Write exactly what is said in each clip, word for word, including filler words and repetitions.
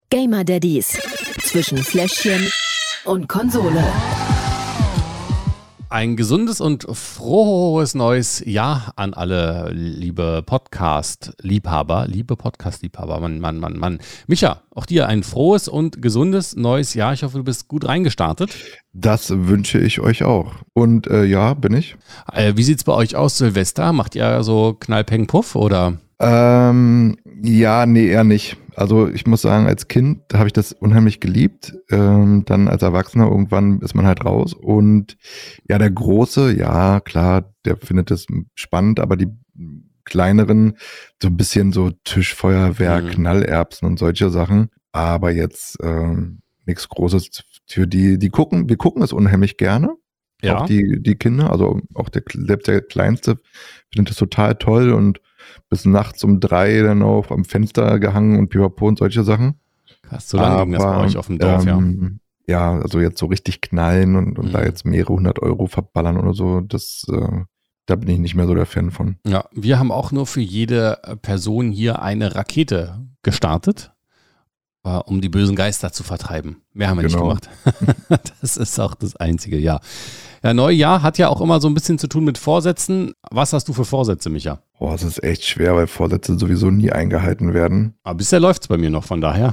Gamer Daddies zwischen Fläschchen und Konsole. Ein gesundes und frohes neues Jahr an alle liebe Podcast-Liebhaber, liebe Podcast-Liebhaber, Mann, Mann, Mann, Mann. Micha, auch dir ein frohes und gesundes neues Jahr. Ich hoffe, du bist gut reingestartet. Das wünsche ich euch auch. Und äh, ja, bin ich. Äh, wie sieht's bei euch aus, Silvester? Macht ihr so Knall, Peng, Puff oder? Ähm, ja, nee, eher nicht. Also ich muss sagen, als Kind habe ich das unheimlich geliebt. Ähm, dann als Erwachsener irgendwann ist man halt raus. Und ja, der Große, ja klar, der findet das spannend, aber die kleineren, so ein bisschen so Tischfeuerwerk, mhm. Knallerbsen und solche Sachen. Aber jetzt ähm, nichts Großes für die, die gucken, wir gucken es unheimlich gerne. Ja. Auch die, die Kinder, also auch der, der Kleinste findet das total toll und bis nachts um drei dann auch am Fenster gehangen und Pipapo und solche Sachen. Krass, so lange ging das bei euch auf dem Dorf, ähm, ja. Ja, also jetzt so richtig knallen und, und mhm. da jetzt mehrere hundert Euro verballern oder so, das, äh, da bin ich nicht mehr so der Fan von. Ja, wir haben auch nur für jede Person hier eine Rakete gestartet, äh, um die bösen Geister zu vertreiben. Mehr haben wir genau. nicht gemacht. Das ist auch das Einzige, ja. Ja, Neujahr hat ja auch immer so ein bisschen zu tun mit Vorsätzen. Was hast du für Vorsätze, Micha? Boah, es ist echt schwer, weil Vorsätze sowieso nie eingehalten werden. Aber bisher läuft es bei mir noch, von daher.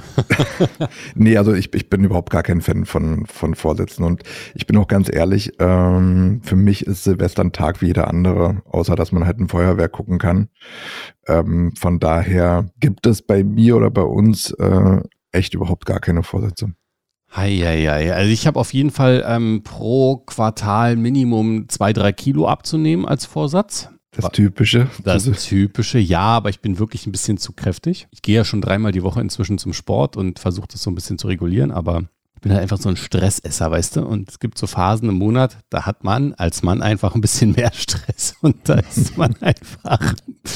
Nee, also ich, ich bin überhaupt gar kein Fan von, von Vorsätzen. Und ich bin auch ganz ehrlich, ähm, für mich ist Silvester ein Tag wie jeder andere, außer dass man halt ein Feuerwerk gucken kann. Ähm, von daher gibt es bei mir oder bei uns äh, echt überhaupt gar keine Vorsätze. Heieiei. Also ich habe auf jeden Fall ähm, pro Quartal Minimum zwei, drei Kilo abzunehmen als Vorsatz. Das Typische. Das Typische, ja, aber ich bin wirklich ein bisschen zu kräftig. Ich gehe ja schon dreimal die Woche inzwischen zum Sport und versuche das so ein bisschen zu regulieren, aber ich bin halt einfach so ein Stressesser, weißt du? Und es gibt so Phasen im Monat, da hat man als Mann einfach ein bisschen mehr Stress und da ist man einfach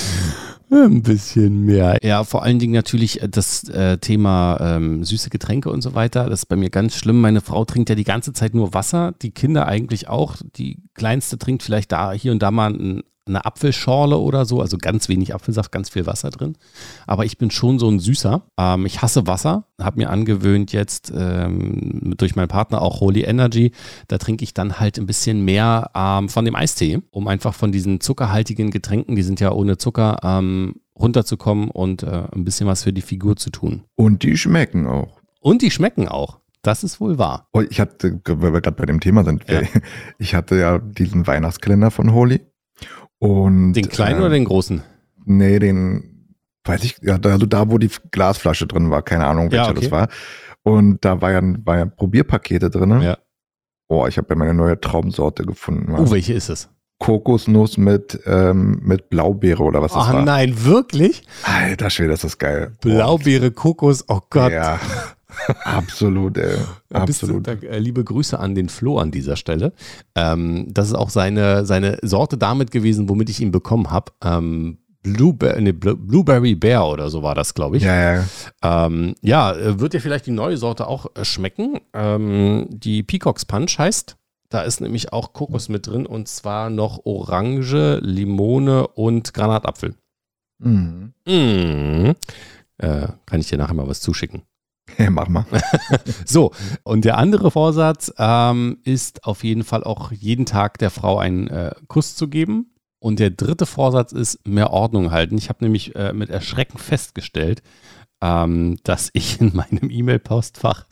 ein bisschen mehr. Ja, vor allen Dingen natürlich das äh, Thema ähm, süße Getränke und so weiter. Das ist bei mir ganz schlimm. Meine Frau trinkt ja die ganze Zeit nur Wasser, die Kinder eigentlich auch. Die Kleinste trinkt vielleicht da hier und da mal ein eine Apfelschorle oder so, also ganz wenig Apfelsaft, ganz viel Wasser drin. Aber ich bin schon so ein Süßer. Ähm, ich hasse Wasser, habe mir angewöhnt jetzt ähm, durch meinen Partner auch Holy Energy. Da trinke ich dann halt ein bisschen mehr ähm, von dem Eistee, um einfach von diesen zuckerhaltigen Getränken, die sind ja ohne Zucker, ähm, runterzukommen und äh, ein bisschen was für die Figur zu tun. Und die schmecken auch. Und die schmecken auch. Das ist wohl wahr. Oh, ich hatte, weil wir gerade bei dem Thema sind, ja. ich hatte ja diesen Weihnachtskalender von Holy. Und, den kleinen äh, oder den großen? Nee, den, weiß ich, ja, also da, wo die Glasflasche drin war, keine Ahnung, welcher ja, okay. das war. Und da war ja, war ja Probierpakete drin. Ja. Oh, ich habe ja meine neue Traumsorte gefunden. Oh, welche ist es? Kokosnuss mit, ähm, mit Blaubeere oder was das Ach, war. Ach nein, wirklich? Alter Schwede, das ist geil. Blaubeere, oh. Kokos, oh Gott. Ja. Absolut, ey. Absolut. Da, äh, liebe Grüße an den Flo an dieser Stelle. Ähm, das ist auch seine, seine Sorte damit gewesen, womit ich ihn bekommen habe. Ähm, Blueberry, nee, Blueberry Bear oder so war das, glaube ich. Ja, ja. Ähm, ja, wird dir vielleicht die neue Sorte auch schmecken. Ähm, die Peacocks Punch heißt. Da ist nämlich auch Kokos mit drin und zwar noch Orange, Limone und Granatapfel. Mhm. Mhm. Äh, kann ich dir nachher mal was zuschicken. Ja, mach mal. So, und der andere Vorsatz ähm, ist auf jeden Fall auch jeden Tag der Frau einen äh, Kuss zu geben. Und der dritte Vorsatz ist mehr Ordnung halten. Ich habe nämlich äh, mit Erschrecken festgestellt, ähm, dass ich in meinem E-Mail-Postfach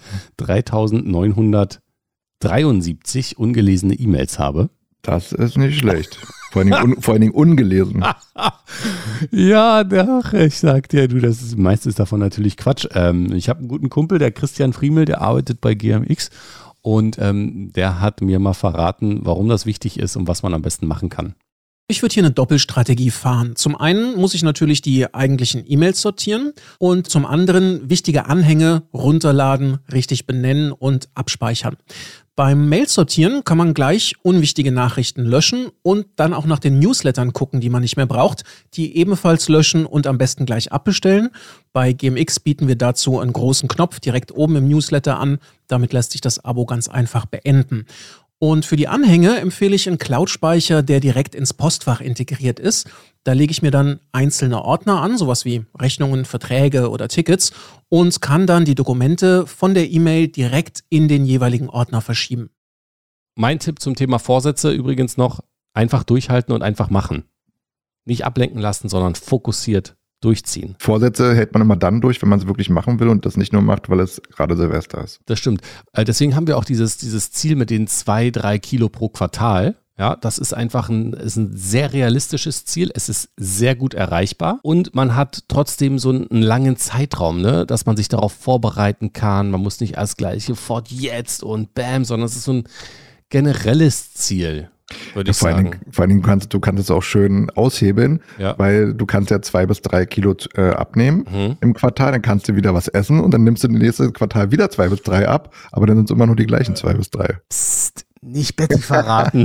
dreitausendneunhundertdreiundsiebzig ungelesene E-Mails habe. Das ist nicht schlecht. Vor allen Dingen, un, vor allen Dingen ungelesen. Ja, doch, ich sag dir, du, das ist meistens davon natürlich Quatsch. Ähm, ich habe einen guten Kumpel, der Christian Friemel, der arbeitet bei G M X und ähm, der hat mir mal verraten, warum das wichtig ist und was man am besten machen kann. Ich würde hier eine Doppelstrategie fahren. Zum einen muss ich natürlich die eigentlichen E-Mails sortieren und zum anderen wichtige Anhänge runterladen, richtig benennen und abspeichern. Beim Mail-Sortieren kann man gleich unwichtige Nachrichten löschen und dann auch nach den Newslettern gucken, die man nicht mehr braucht, die ebenfalls löschen und am besten gleich abbestellen. Bei G M X bieten wir dazu einen großen Knopf direkt oben im Newsletter an. Damit lässt sich das Abo ganz einfach beenden. Und für die Anhänge empfehle ich einen Cloud-Speicher, der direkt ins Postfach integriert ist. Da lege ich mir dann einzelne Ordner an, sowas wie Rechnungen, Verträge oder Tickets, und kann dann die Dokumente von der E-Mail direkt in den jeweiligen Ordner verschieben. Mein Tipp zum Thema Vorsätze übrigens noch, einfach durchhalten und einfach machen. Nicht ablenken lassen, sondern fokussiert durchziehen. Vorsätze hält man immer dann durch, wenn man es wirklich machen will und das nicht nur macht, weil es gerade Silvester ist. Das stimmt. Deswegen haben wir auch dieses, dieses Ziel mit den zwei, drei Kilo pro Quartal. Ja, das ist einfach ein, ist ein sehr realistisches Ziel. Es ist sehr gut erreichbar und man hat trotzdem so einen langen Zeitraum, ne, dass man sich darauf vorbereiten kann. Man muss nicht alles gleich sofort jetzt und bam, sondern es ist so ein generelles Ziel, würde ja, ich vor sagen. Allen Dingen, vor allen Dingen kannst du kannst es auch schön aushebeln, Ja. weil du kannst ja zwei bis drei Kilo äh, abnehmen Mhm. im Quartal, dann kannst du wieder was essen und dann nimmst du im nächsten Quartal wieder zwei bis drei ab, aber dann sind es immer nur die gleichen zwei bis drei. Psst, nicht Betty verraten.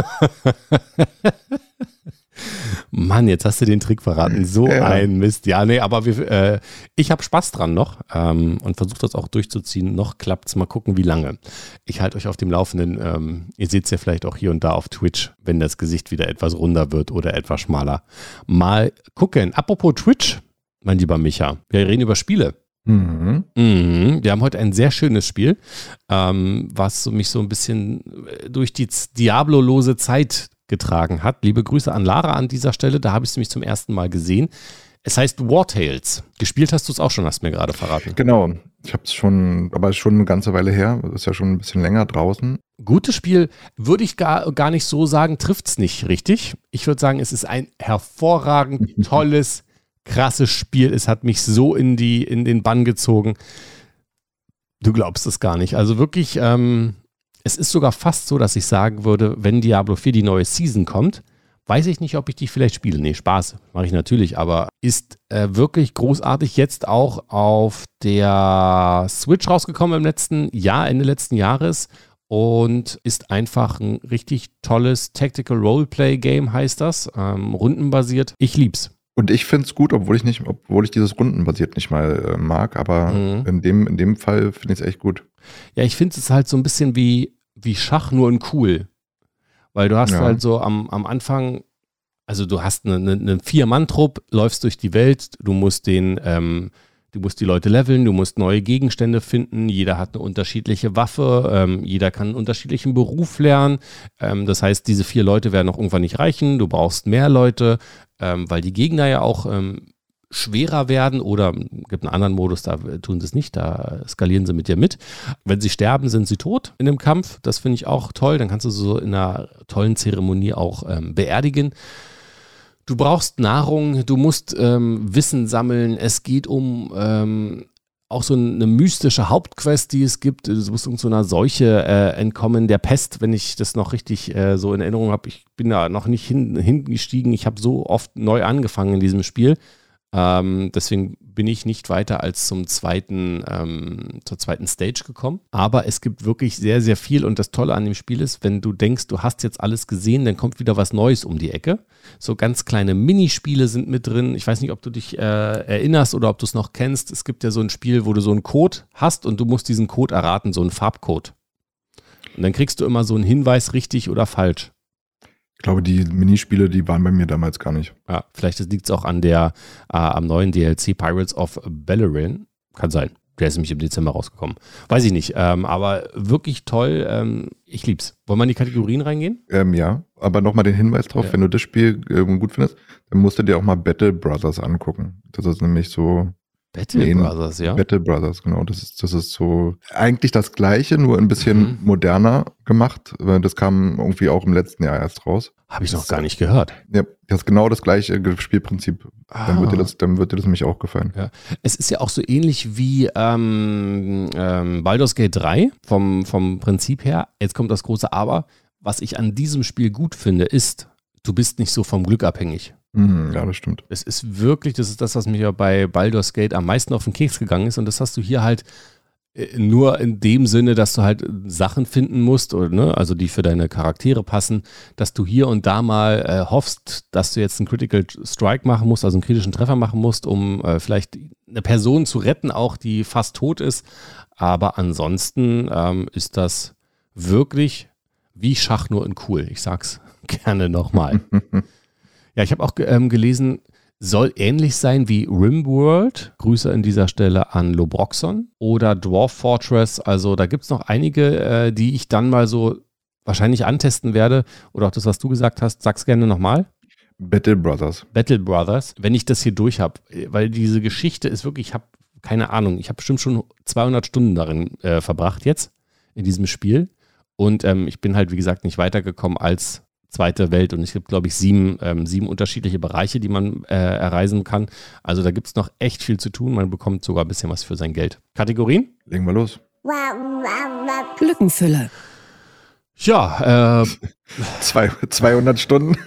Mann, jetzt hast du den Trick verraten. So Ja. ein Mist. Ja, nee, aber wir, äh, ich habe Spaß dran noch ähm, und versuche das auch durchzuziehen. Noch klappt's. Mal gucken, wie lange. Ich halte euch auf dem Laufenden. Ähm, ihr seht es ja vielleicht auch hier und da auf Twitch, wenn das Gesicht wieder etwas runder wird oder etwas schmaler. Mal gucken. Apropos Twitch, mein lieber Micha, wir reden über Spiele. Mhm. Mhm. Wir haben heute ein sehr schönes Spiel, ähm, was so mich so ein bisschen durch die Diablo-lose Zeit getragen hat. Liebe Grüße an Lara an dieser Stelle, da habe ich es nämlich zum ersten Mal gesehen. Es heißt War Tales. Gespielt hast du es auch schon, hast du mir gerade verraten. Genau, ich habe es schon, aber schon eine ganze Weile her, ist ja schon ein bisschen länger draußen. Gutes Spiel, würde ich gar, gar nicht so sagen, trifft es nicht richtig. Ich würde sagen, es ist ein hervorragend tolles, krasses Spiel. Es hat mich so in, die, in den Bann gezogen. Du glaubst es gar nicht. Also wirklich, ähm, es ist sogar fast so, dass ich sagen würde, wenn Diablo vier die neue Season kommt, weiß ich nicht, ob ich die vielleicht spiele. Nee, Spaß, mache ich natürlich, aber ist äh, wirklich großartig. Jetzt auch auf der Switch rausgekommen im letzten Jahr, Ende letzten Jahres, und ist einfach ein richtig tolles Tactical Roleplay Game, heißt das, ähm, rundenbasiert. Ich lieb's. Und ich finde es gut, obwohl ich nicht, obwohl ich dieses Rundenbasiert nicht mal äh, mag, aber Mhm. in dem, in dem Fall finde ich es echt gut. Ja, ich finde es halt so ein bisschen wie, wie Schach, nur in cool. Weil du hast Ja. halt so am, am Anfang, also du hast einen eine, eine Vier-Mann-Trupp, läufst durch die Welt, du musst den, ähm, du musst die Leute leveln, du musst neue Gegenstände finden, jeder hat eine unterschiedliche Waffe, ähm, jeder kann einen unterschiedlichen Beruf lernen. Ähm, das heißt, diese vier Leute werden auch irgendwann nicht reichen, du brauchst mehr Leute, ähm, weil die Gegner ja auch ähm, schwerer werden oder gibt einen anderen Modus, da tun sie es nicht, da skalieren sie mit dir mit. Wenn sie sterben, sind sie tot in dem Kampf, das finde ich auch toll, dann kannst du so in einer tollen Zeremonie auch ähm, beerdigen. Du brauchst Nahrung, du musst ähm, Wissen sammeln, es geht um ähm, auch so eine mystische Hauptquest, die es gibt. Du musst irgendeiner Seuche äh, entkommen, der Pest, wenn ich das noch richtig äh, so in Erinnerung habe. Ich bin da noch nicht hin, hingestiegen, ich habe so oft neu angefangen in diesem Spiel. Ähm, deswegen bin ich nicht weiter als zum zweiten, ähm, zur zweiten Stage gekommen. Aber es gibt wirklich sehr, sehr viel und das Tolle an dem Spiel ist, wenn du denkst, du hast jetzt alles gesehen, dann kommt wieder was Neues um die Ecke. So ganz kleine Minispiele sind mit drin. Ich weiß nicht, ob du dich äh, erinnerst oder ob du es noch kennst. Es gibt ja so ein Spiel, wo du so einen Code hast und du musst diesen Code erraten, so einen Farbcode. Und dann kriegst du immer so einen Hinweis, richtig oder falsch. Ich glaube, die Minispiele, die waren bei mir damals gar nicht. Ja, vielleicht liegt es auch an der, äh, am neuen D L C Pirates of Beleriand. Kann sein. Der ist nämlich im Dezember rausgekommen. Weiß ich nicht. Ähm, aber wirklich toll. Ähm, ich lieb's. Wollen wir in die Kategorien reingehen? Ähm, ja, aber nochmal den Hinweis drauf, Ja. wenn du das Spiel ähm, gut findest, dann musst du dir auch mal Battle Brothers angucken. Das ist nämlich so Battle Nee, Brothers, ja. Battle Brothers, genau. Das ist, das ist so eigentlich das Gleiche, nur ein bisschen Mhm. moderner gemacht. Das kam irgendwie auch im letzten Jahr erst raus. Habe ich noch gar nicht gehört. Ja, das ist genau das gleiche Spielprinzip. Dann wird dir das, dann wird dir das nämlich auch gefallen. Ja. Es ist ja auch so ähnlich wie ähm, ähm, Baldur's Gate drei vom, vom Prinzip her. Jetzt kommt das große Aber. Was ich an diesem Spiel gut finde, ist, du bist nicht so vom Glück abhängig. Mhm, ja, das stimmt. Es ist wirklich, das ist das, was mir ja bei Baldur's Gate am meisten auf den Keks gegangen ist. Und das hast du hier halt äh, nur in dem Sinne, dass du halt Sachen finden musst, oder, ne, also die für deine Charaktere passen, dass du hier und da mal äh, hoffst, dass du jetzt einen Critical Strike machen musst, also einen kritischen Treffer machen musst, um äh, vielleicht eine Person zu retten, auch die fast tot ist. Aber ansonsten ähm, ist das wirklich wie Schach nur in cool. Ich sag's gerne nochmal. Ja, ich habe auch ähm, gelesen, soll ähnlich sein wie RimWorld. Grüße an dieser Stelle an Lobroxon oder Dwarf Fortress. Also da gibt es noch einige, äh, die ich dann mal so wahrscheinlich antesten werde. Oder auch das, was du gesagt hast. Sag's gerne nochmal. Battle Brothers. Battle Brothers. Wenn ich das hier durch habe, weil diese Geschichte ist wirklich, ich habe keine Ahnung, ich habe bestimmt schon zweihundert Stunden darin äh, verbracht jetzt in diesem Spiel. Und ähm, ich bin halt, wie gesagt, nicht weitergekommen als zweite Welt und es gibt, glaube ich, sieben, ähm, sieben unterschiedliche Bereiche, die man äh, erreisen kann. Also da gibt es noch echt viel zu tun. Man bekommt sogar ein bisschen was für sein Geld. Kategorien? Legen wir los. Lückenfüller. Ja, äh, Zwei, zweihundert Stunden.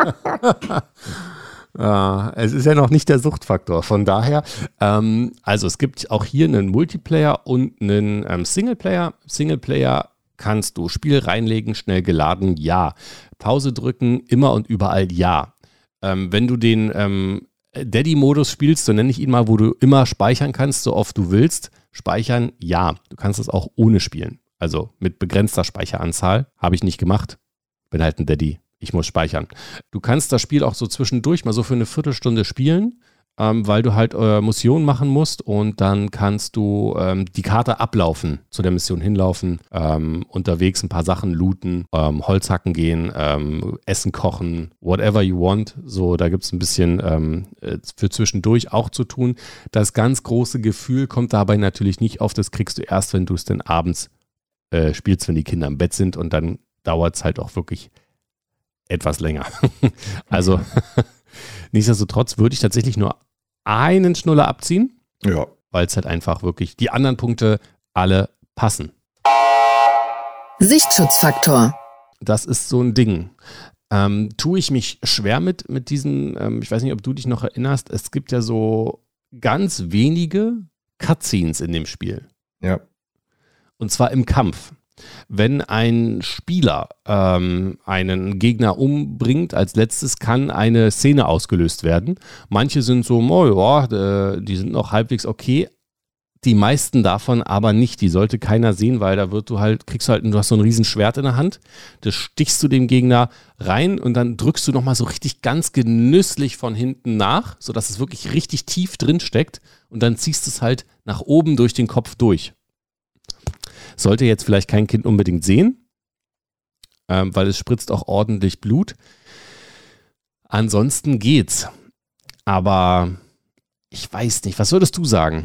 Ja, es ist ja noch nicht der Suchtfaktor. Von daher, ähm, also es gibt auch hier einen Multiplayer und einen ähm, Singleplayer. Singleplayer kannst du Spiel reinlegen, schnell geladen, ja. Pause drücken, immer und überall, ja. Ähm, wenn du den ähm, Daddy-Modus spielst, so nenne ich ihn mal, wo du immer speichern kannst, so oft du willst, speichern, ja. Du kannst es auch ohne spielen. Also mit begrenzter Speicheranzahl. Habe ich nicht gemacht. Bin halt ein Daddy. Ich muss speichern. Du kannst das Spiel auch so zwischendurch mal so für eine Viertelstunde spielen, ähm, weil du halt äh, Missionen machen musst und dann kannst du ähm, die Karte ablaufen, zu der Mission hinlaufen, ähm, unterwegs ein paar Sachen looten, ähm, Holz hacken gehen, ähm, Essen kochen, whatever you want. So, da gibt es ein bisschen ähm, für zwischendurch auch zu tun. Das ganz große Gefühl kommt dabei natürlich nicht auf, das kriegst du erst, wenn du es dann abends äh, spielst, wenn die Kinder im Bett sind und dann dauert es halt auch wirklich etwas länger. Also nichtsdestotrotz würde ich tatsächlich nur einen Schnuller abziehen, Ja. weil es halt einfach wirklich die anderen Punkte alle passen. Sichtschutzfaktor. Das ist so ein Ding. Ähm, tue ich mich schwer mit, mit diesen, ähm, ich weiß nicht, ob du dich noch erinnerst, es gibt ja so ganz wenige Cutscenes in dem Spiel. Ja. Und zwar im Kampf. Wenn ein Spieler ähm, einen Gegner umbringt, als letztes kann eine Szene ausgelöst werden. Manche sind so, oh ja, die sind noch halbwegs okay. Die meisten davon aber nicht. Die sollte keiner sehen, weil da wird du halt, kriegst du halt, du hast so ein riesen Schwert in der Hand, das stichst du dem Gegner rein und dann drückst du nochmal so richtig ganz genüsslich von hinten nach, sodass es wirklich richtig tief drin steckt und dann ziehst du es halt nach oben durch den Kopf durch. Sollte jetzt vielleicht kein Kind unbedingt sehen, ähm, weil es spritzt auch ordentlich Blut. Ansonsten geht's. Aber ich weiß nicht, was würdest du sagen?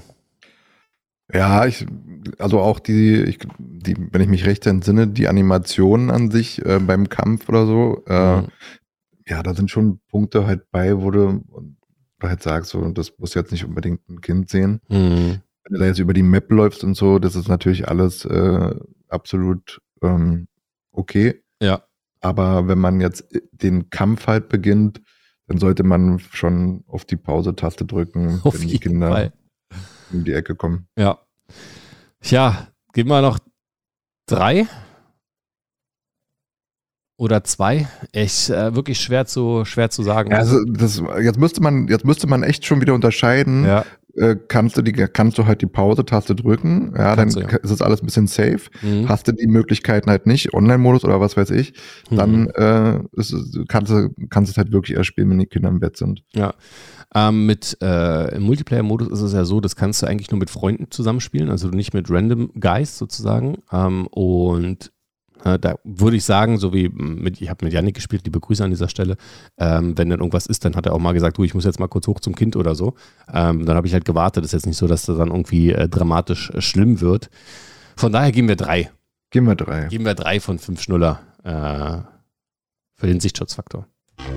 Ja, ich, also auch die, ich, die, wenn ich mich recht entsinne, die Animationen an sich äh, beim Kampf oder so, äh, Mhm. ja, da sind schon Punkte halt bei, wo du halt sagst, so, das muss jetzt nicht unbedingt ein Kind sehen. Mhm. Wenn du da jetzt über die Map läufst und so, das ist natürlich alles äh, absolut ähm, okay. Ja. Aber wenn man jetzt den Kampf halt beginnt, dann sollte man schon auf die Pause-Taste drücken, Auf wenn die jeden Kinder Fall. um die Ecke kommen. Ja. Tja, geben wir noch drei oder zwei. Echt äh, wirklich schwer zu, schwer zu sagen. Ja, also das, jetzt müsste man, jetzt müsste man echt schon wieder unterscheiden. Ja. Äh, kannst du die, kannst du halt die Pause-Taste drücken, ja, Kannst dann du, ja. ist das alles ein bisschen safe. Mhm. Hast du die Möglichkeiten halt nicht, Online-Modus oder was weiß ich, dann äh, ist, es- kannst du kannst es halt wirklich erst spielen, wenn die Kinder im Bett sind. Ja. Ähm, mit äh, im Multiplayer-Modus ist es ja so, das kannst du eigentlich nur mit Freunden zusammenspielen, also nicht mit Random Guys sozusagen. Ähm, und äh, da würde ich sagen, so wie mit, ich habe mit Yannick gespielt, liebe Grüße an dieser Stelle, ähm, wenn dann irgendwas ist, dann hat er auch mal gesagt, du, ich muss jetzt mal kurz hoch zum Kind oder so. Ähm, dann habe ich halt gewartet. Das ist jetzt nicht so, dass das dann irgendwie äh, dramatisch äh, schlimm wird. Von daher geben wir drei. Gehen wir drei. Geben wir drei von fünf Schnuller äh, für den Sichtschutzfaktor.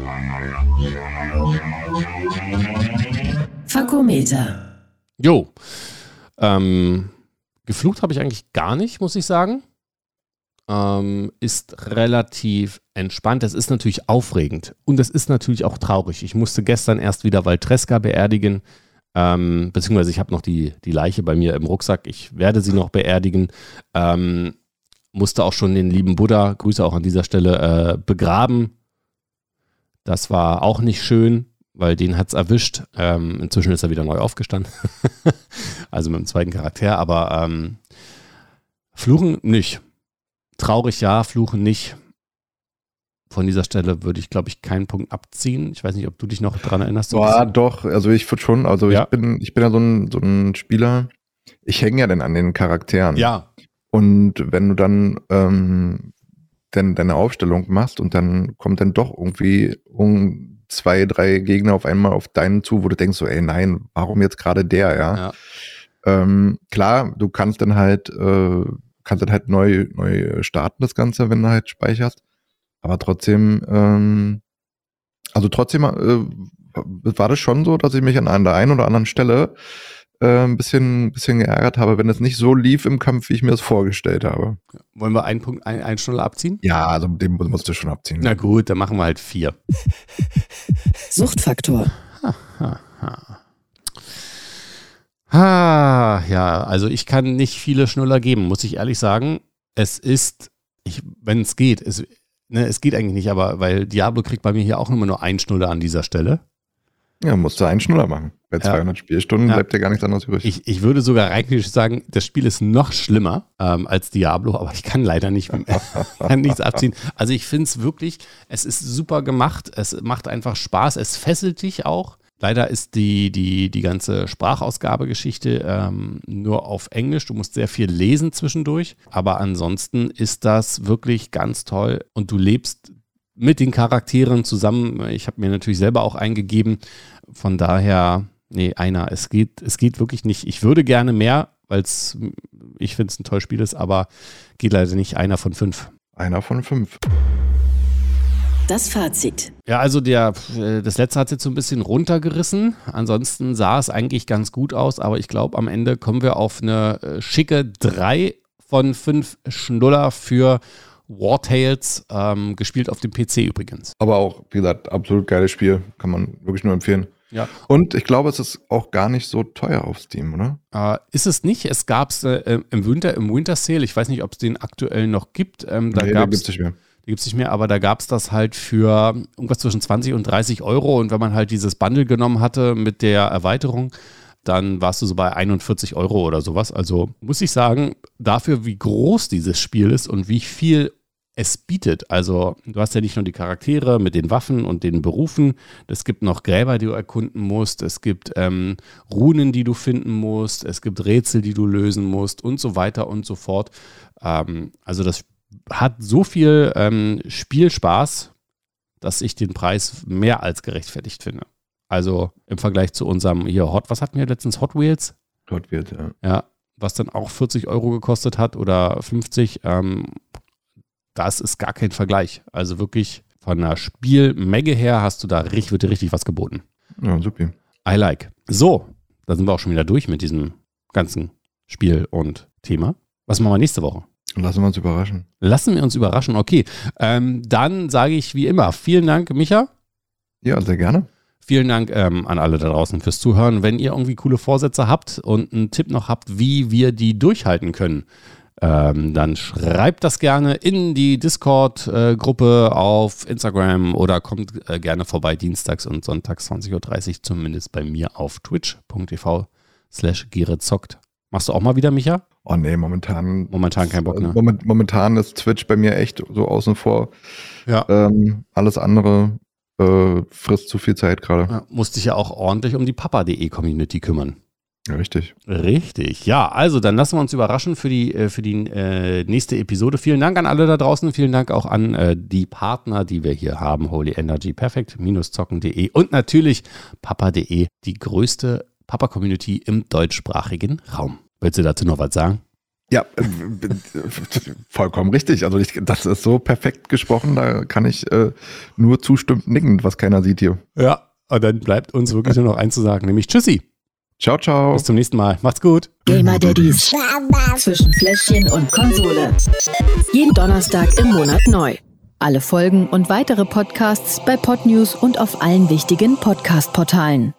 Fakometer. Jo. Ähm, geflucht habe ich eigentlich gar nicht, muss ich sagen. Ähm, ist relativ entspannt. Es ist natürlich aufregend und es ist natürlich auch traurig. Ich musste gestern erst wieder Valtreska beerdigen, ähm, beziehungsweise ich habe noch die, die Leiche bei mir im Rucksack. Ich werde sie noch beerdigen. Ähm, musste auch schon den lieben Buddha, Grüße auch an dieser Stelle, äh, begraben. Das war auch nicht schön, weil den hat es erwischt. Ähm, inzwischen ist er wieder neu aufgestanden. Also mit dem zweiten Charakter, aber ähm, Fluchen nicht. traurig ja, fluchen nicht. Von dieser Stelle würde ich, glaube ich, keinen Punkt abziehen. Ich weiß nicht, ob du dich noch dran erinnerst. Ja, doch, also ich würde schon, also ja. ich bin, ich bin ja so ein, so ein Spieler, ich hänge ja dann an den Charakteren. Ja. Und wenn du dann ähm, denn deine Aufstellung machst und dann kommt dann doch irgendwie um zwei, drei Gegner auf einmal auf deinen zu, wo du denkst so, ey, nein, warum jetzt gerade der, ja? ja. Ähm, klar, du kannst dann halt, äh, kannst dann halt neu, neu starten, das Ganze, wenn du halt speicherst. Aber trotzdem, ähm, also trotzdem äh, war das schon so, dass ich mich an der einen oder anderen Stelle äh, ein bisschen, bisschen geärgert habe, wenn es nicht so lief im Kampf, wie ich mir das vorgestellt habe. Wollen wir einen Punkt, ein, einen Schnuller abziehen? Ja, also den musst du schon abziehen. Na gut, dann machen wir halt vier. Suchtfaktor. Ha, ha, ha. Ha, ja, also ich kann nicht viele Schnuller geben, muss ich ehrlich sagen. Es ist, wenn es geht, es Ne, es geht eigentlich nicht, aber weil Diablo kriegt bei mir hier auch immer nur einen Schnuller an dieser Stelle. Ja, musst du einen Schnuller machen. Bei zweihundert ja. Spielstunden ja. bleibt dir gar nichts anderes übrig. Ich, ich würde sogar rein sagen, das Spiel ist noch schlimmer ähm, als Diablo, aber ich kann leider nicht, kann nichts abziehen. Also ich finde es wirklich, es ist super gemacht, es macht einfach Spaß, es fesselt dich auch. Leider ist die, die, die ganze Sprachausgabegeschichte ähm, nur auf Englisch. Du musst sehr viel lesen zwischendurch. Aber ansonsten ist das wirklich ganz toll. Und du lebst mit den Charakteren zusammen. Ich habe mir natürlich selber auch eingegeben. Von daher, nee, einer. Es geht, es geht wirklich nicht. Ich würde gerne mehr, weil ich finde es ein tolles Spiel ist, aber geht leider nicht. Einer von fünf. Einer von fünf. Das Fazit. Ja, also der, das letzte hat es jetzt so ein bisschen runtergerissen. Ansonsten sah es eigentlich ganz gut aus, aber ich glaube, am Ende kommen wir auf eine schicke drei von fünf Schnuller für War Tales, ähm, gespielt auf dem P C übrigens. Aber auch, wie gesagt, absolut geiles Spiel. Kann man wirklich nur empfehlen. Ja. Und ich glaube, es ist auch gar nicht so teuer auf Steam, oder? Äh, ist es nicht. Es gab es äh, im Winter, im Winter Sale. Ich weiß nicht, ob es den aktuell noch gibt. Ähm, da nee, gab's, den gibt es nicht mehr. Gibt es nicht mehr, aber da gab es das halt für irgendwas zwischen zwanzig und dreißig Euro und wenn man halt dieses Bundle genommen hatte mit der Erweiterung, dann warst du so bei einundvierzig Euro oder sowas. Also muss ich sagen, dafür wie groß dieses Spiel ist und wie viel es bietet. Also du hast ja nicht nur die Charaktere mit den Waffen und den Berufen, es gibt noch Gräber, die du erkunden musst, es gibt ähm, Runen, die du finden musst, es gibt Rätsel, die du lösen musst und so weiter und so fort. Ähm, also das hat so viel ähm, Spielspaß, dass ich den Preis mehr als gerechtfertigt finde. Also im Vergleich zu unserem hier Hot, was hatten wir letztens? Hot Wheels? Hot Wheels, ja. Ja, was dann auch vierzig Euro gekostet hat oder fünfzig. Ähm, das ist gar kein Vergleich. Also wirklich von der Spielmenge her hast du da richtig, wird dir richtig was geboten. Ja, super. I like. So, da sind wir auch schon wieder durch mit diesem ganzen Spiel und Thema. Was machen wir nächste Woche? Lassen wir uns überraschen. Lassen wir uns überraschen, okay. Ähm, dann sage ich wie immer, vielen Dank, Micha. Ja, sehr gerne. Vielen Dank ähm, an alle da draußen fürs Zuhören. Wenn ihr irgendwie coole Vorsätze habt und einen Tipp noch habt, wie wir die durchhalten können, ähm, dann schreibt das gerne in die Discord-Gruppe äh, auf Instagram oder kommt äh, gerne vorbei dienstags und sonntags zwanzig Uhr dreißig, zumindest bei mir auf twitch.tv slash gerezockt. Machst du auch mal wieder, Micha? Oh nee, momentan. Momentan kein Bock, ne? Moment, momentan ist Twitch bei mir echt so außen vor. Ja. Ähm, alles andere äh, frisst zu viel Zeit gerade. Ja, musste ich ja auch ordentlich um die papa punkt de Community kümmern. Ja, richtig. Richtig, ja. Also dann lassen wir uns überraschen für die, äh, für die äh, nächste Episode. Vielen Dank an alle da draußen. Vielen Dank auch an äh, die Partner, die wir hier haben. Holy Energy, perfekt, zocken punkt de und natürlich papa punkt de, die größte Papa-Community im deutschsprachigen Raum. Willst du dazu noch was sagen? Ja, äh, vollkommen richtig. Also ich, das ist so perfekt gesprochen, da kann ich äh, nur zustimmend nicken, was keiner sieht hier. Ja, und dann bleibt uns wirklich nur noch eins zu sagen, nämlich Tschüssi. Ciao, ciao. Bis zum nächsten Mal. Macht's gut. Gamer Daddies. Zwischen Fläschchen und Konsole. Jeden Donnerstag im Monat neu. Alle Folgen und weitere Podcasts bei Podnews und auf allen wichtigen Podcast-Portalen.